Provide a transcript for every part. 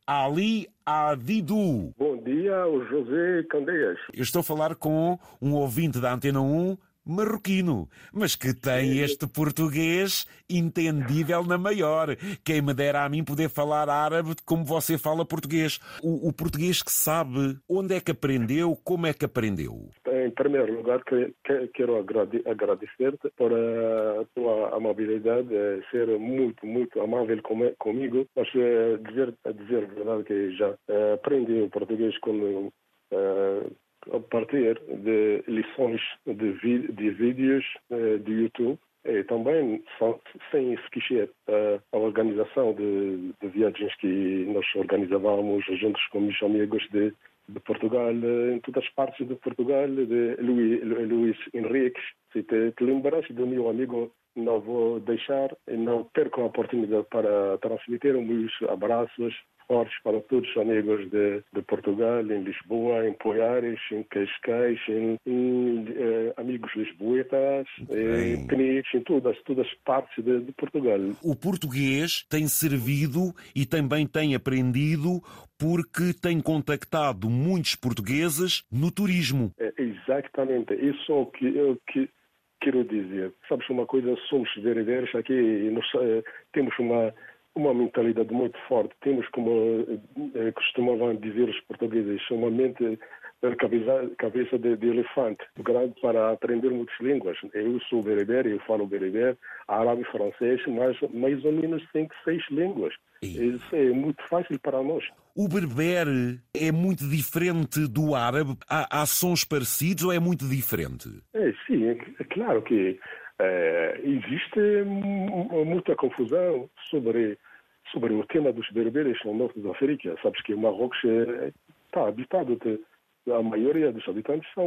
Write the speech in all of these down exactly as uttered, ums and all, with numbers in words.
Ali Adidu. Bom dia, o José Candeias. Eu estou a falar com um ouvinte da Antena um marroquino, mas que tem este português entendível na maior. Quem me dera a mim poder falar árabe como você fala português. O, o português que sabe onde é que aprendeu, como é que aprendeu. Em primeiro lugar, que, que, quero agradecer-te por a tua amabilidade, ser muito, muito amável com, comigo. Mas dizer, dizer a verdade que já aprendi o português quando... Uh, a partir de lições de, vi- de vídeos uh, de YouTube e também só, sem esquecer uh, a organização de, de viagens que nós organizávamos juntos com meus amigos de, de Portugal, uh, em todas as partes de Portugal, de Luís, Luís Henriques. Se te, te lembras do meu amigo, não vou deixar e não perco a oportunidade para transmitir meus abraços fortes para todos os amigos de, de Portugal, em Lisboa, em Poiares, em Cascais, em, em eh, amigos lisboetas, em Peniche, em todas, todas as partes de, de Portugal. O português tem servido e também tem aprendido porque tem contactado muitos portugueses no turismo. É, exatamente, isso é o que eu que quero dizer. Sabes uma coisa, somos verdadeiros aqui e nós eh, temos uma uma mentalidade muito forte. Temos, como eh, costumavam dizer os portugueses, uma mente, cabeça, cabeça de, de elefante, grande para aprender muitas línguas. Eu sou bereber, eu falo bereber, árabe e francês, mas mais ou menos cinco, seis línguas. Isso é muito fácil para nós. O berber é muito diferente do árabe? Há, há sons parecidos ou é muito diferente? É, sim, é, é claro que é, existe muita confusão sobre, sobre o tema dos berberes no norte da África. Sabes que o Marrocos está habitado, de, a maioria dos habitantes são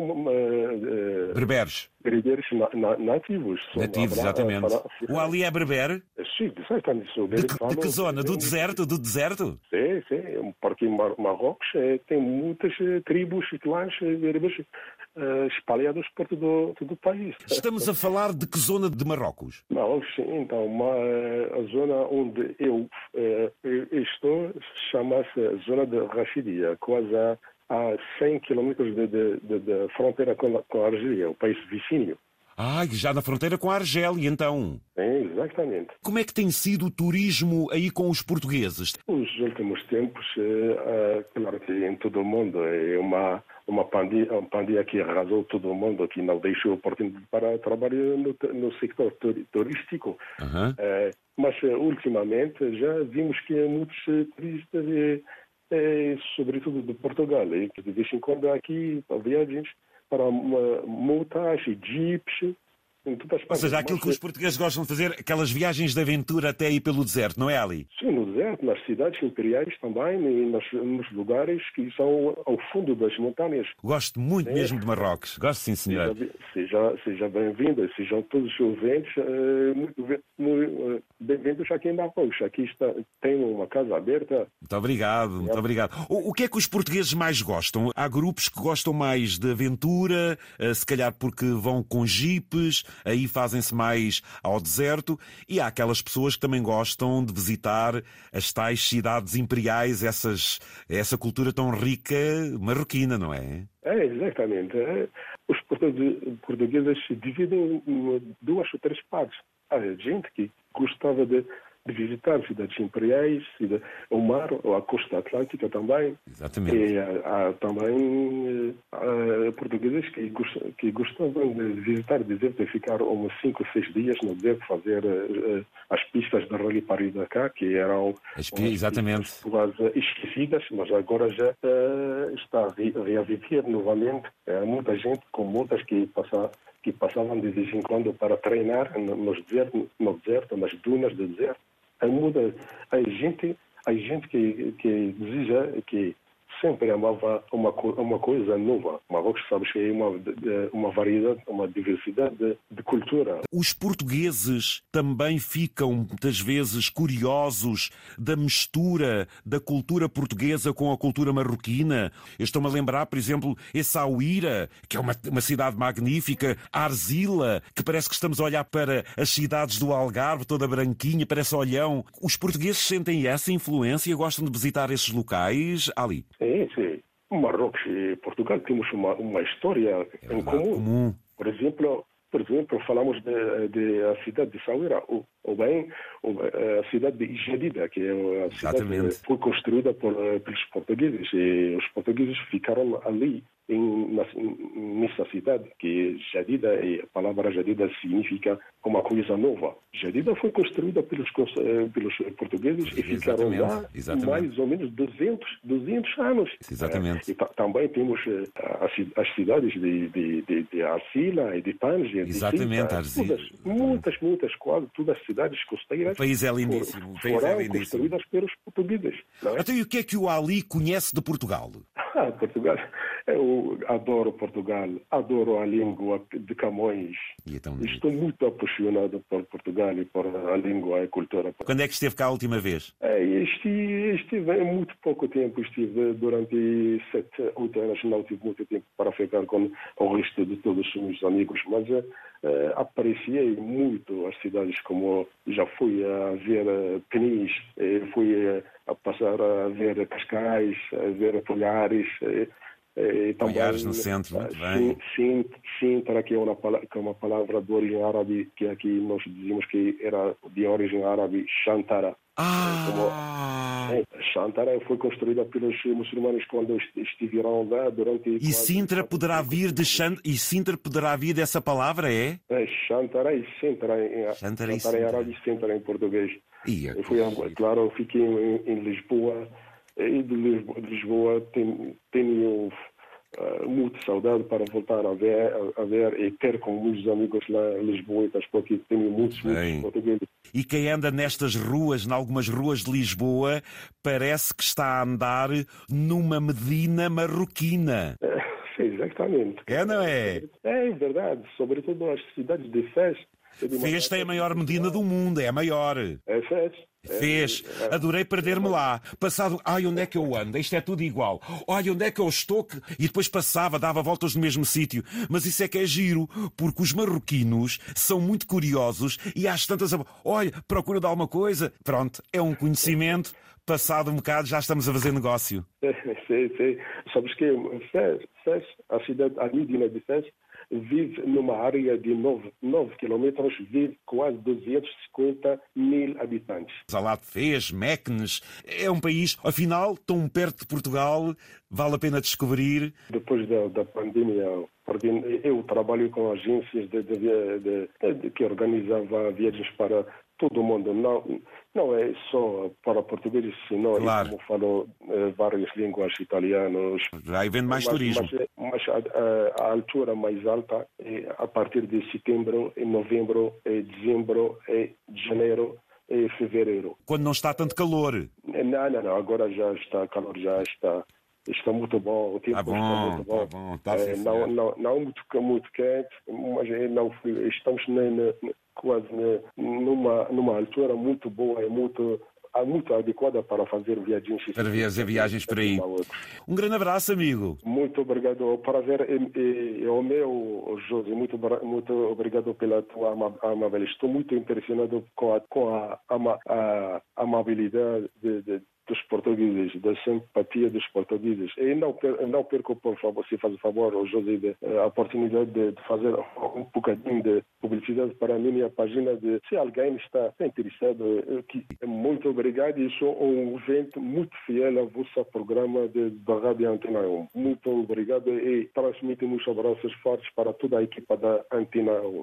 uh, berberes. Berberes na, na, nativos. Nativos, exatamente. Para, para, o Ali é berber? Sim, exatamente. De, de, de que zona? Do deserto? Do deserto? Sim, sim. Porque em Mar Marrocos é, tem muitas tribos e clãs berberes uh, espalhados por todo, todo o país. Estamos a falar de que zona de Marrocos? Não, sim, então, uma, a zona onde eu, uh, eu estou chama-se Zona de Rachidia, quase a a cem quilômetros de, de, de, de fronteira com a, com a Argélia, o país vizinho. Ah, já na fronteira com a Argélia, então. É, exatamente. Como é que tem sido o turismo aí com os portugueses? Nos últimos tempos, é, é, claro que em todo o mundo é uma, uma, pandemia, uma pandemia que arrasou todo o mundo, que não deixou oportunidade para trabalhar no, no sector turístico. Uhum. É, mas, ultimamente, já vimos que muitos turistas... É, É, sobretudo de Portugal, e que de vez em quando aqui para viagens, para motas e jeeps, em todas as partes. Ou seja, aquilo que os portugueses gostam de fazer, aquelas viagens de aventura até ir pelo deserto, não é, Ali? Sim, no deserto, nas cidades imperiais também, e nos, nos lugares que são ao fundo das montanhas. Gosto muito é. mesmo de Marrocos. Gosto sim, senhor. Seja, seja, seja bem-vindo, sejam todos os ouvintes uh, muito, muito bem-vindos aqui em Marrocos. Aqui está, tem uma casa aberta. Muito obrigado, muito é. obrigado. O, o que é que os portugueses mais gostam? Há grupos que gostam mais de aventura, uh, se calhar porque vão com jipes, aí fazem-se mais ao deserto, e há aquelas pessoas que também gostam de visitar as tais cidades imperiais, essas, essa cultura tão rica marroquina, não é? É, exatamente. É. Os portugueses se dividem em duas ou três partes. Há gente que gostava de, de visitar cidades imperiais, o mar, ou a costa atlântica também. Exatamente. E há, há também há portugueses que, gost, que gostavam de visitar o deserto e ficar uns cinco ou seis dias no deserto, fazer uh, as pistas de Rally Paris-Dakar, que eram as pistas, exatamente. quase esquecidas, mas agora já uh, está a reaviver novamente. Há muita gente com motas que passavam que passavam de vez em quando para treinar no deserto, no deserto, nas dunas do deserto. Há muita, há gente, há gente que, que deseja, que sempre amava uma, uma coisa nova. Marrocos, sabes que é uma, uma variedade, uma diversidade de, de cultura. Os portugueses também ficam, muitas vezes, curiosos da mistura da cultura portuguesa com a cultura marroquina. Eu estou-me a lembrar, por exemplo, Essaouira, que é uma, uma cidade magnífica, Arzila, que parece que estamos a olhar para as cidades do Algarve, toda branquinha, parece olhão. Os portugueses sentem essa influência e gostam de visitar esses locais, Ali? Sim, sim. Marrocos e Portugal temos uma, uma história É em verdade, comum. comum. Por exemplo, por exemplo, falamos da de, de cidade de Essaouira, ou, ou bem ou, a cidade de Jadida, que é a cidade Exatamente. que foi construída por, pelos portugueses. E os portugueses ficaram ali, em, nessa cidade, que Jadida, e a palavra Jadida significa uma coisa nova. Jadida foi construída pelos, pelos portugueses e ficaram Exatamente, lá exatamente. mais ou menos duzentos, duzentos anos. Exatamente. E também temos as, as cidades de, de, de, de Arzila e de Tanger. Exatamente, de Arzila. Todas, muitas, muitas, quase todas as cidades costeiras. O país é lindíssimo. O país foram é lindíssimo. construídas pelos portugueses. Não é? Então, e o que é que o Ali conhece de Portugal? Ah, Portugal. Eu adoro Portugal, adoro a língua de Camões. E então, Estou muito apaixonado por Portugal e por a língua e a cultura. quando é que esteve cá a última vez? É, Estive, estive há muito pouco tempo, estive durante sete, oito anos, não tive muito tempo para ficar com o resto de todos os meus amigos, mas uh, apreciei muito as cidades, como já fui a ver uh, Peniche, fui uh, a passar a ver Cascais, a ver Folhares. Uh, E também, Folhares no centro, muito bem. Sim, Sintra, que é uma, que é uma palavra de origem árabe, que aqui nós dizíamos que era de origem árabe, Shantara. Ah! Como, é, Shantara foi construída pelos muçulmanos quando estiveram lá durante... E Sintra poderá vir de Shant... e Sintra poderá vir dessa palavra, é? É, Shantara e Sintra, em, Shantara e Shantara em Sintra. árabe e Sintra em português. Ia, Eu fui, claro, eu fiquei em, em Lisboa, e de Lisboa, de Lisboa tenho, tenho uh, muita saudade para voltar a ver, a, a ver e ter com muitos amigos lá em Lisboa, porque tenho muitos, muitos portugueses. E quem anda nestas ruas, em algumas ruas de Lisboa, parece que está a andar numa Medina marroquina. É, sim, exatamente. É, não é? É verdade, sobretudo as cidades de Fez. Fez tem a maior Medina do mundo, é a maior. É Fez. Fez. Adorei perder-me lá. Passado, ai, onde é que eu ando? Isto é tudo igual. Olha, onde é que eu estou? E depois passava, dava voltas no mesmo sítio. Mas isso é que é giro, porque os marroquinos são muito curiosos e às tantas, olha, procura de alguma coisa. Pronto, é um conhecimento. Passado um bocado já estamos a fazer negócio. Sim, sim. Sabes que Fez, Fez, a cidade, a Medina de Fez, vive numa área de nove quilômetros, vive quase duzentos e cinquenta mil habitantes. Salat Fez, Meknes, é um país, afinal, tão perto de Portugal, vale a pena descobrir. Depois da, da pandemia, eu trabalho com agências de, de, de, de, que organizavam viagens para todo o mundo. Não, não é só para portugueses, senão, claro. Como falo, várias línguas, italianos. Já vem mais mas, turismo. Mas, mas a, a, a altura mais alta é a partir de setembro, em novembro, em dezembro, em janeiro e fevereiro. Quando não está tanto calor. Não, não, não. Agora já está, calor já está. Está muito bom, o tempo tá bom, está muito bom. Tá bom, tá é, não, não, não muito, muito quente, mas não, estamos na, na, quase na, numa, numa altura muito boa e muito, muito adequada para fazer viagens. Para fazer viagens por aí. Um grande abraço, amigo. Muito obrigado. O prazer é, é o meu, José. Muito, muito obrigado pela tua amabilidade. Estou muito impressionado com a, com a, a, a amabilidade de, de dos portugueses, da simpatia dos portugueses. E não, per, não perco, por favor, se faz o favor, José, de, a oportunidade de, de fazer um bocadinho de publicidade para a minha página. De, se alguém está interessado, que, muito obrigado e sou um ouvinte muito fiel ao vosso programa de, da Rádio Antena um. Muito obrigado e transmito muitos abraços fortes para toda a equipa da Antena um.